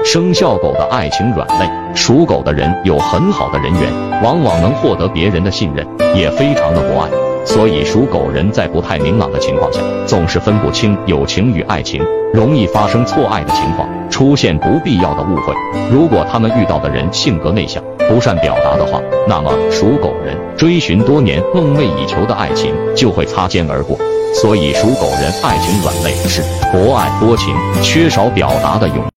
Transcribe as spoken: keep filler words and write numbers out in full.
生肖狗的爱情软肋，属狗的人有很好的人缘，往往能获得别人的信任，也非常的博爱。所以属狗人在不太明朗的情况下，总是分不清友情与爱情，容易发生错爱的情况，出现不必要的误会。如果他们遇到的人性格内向，不善表达的话，那么属狗人追寻多年梦寐以求的爱情就会擦肩而过。所以属狗人爱情软肋是博爱多情，缺少表达的勇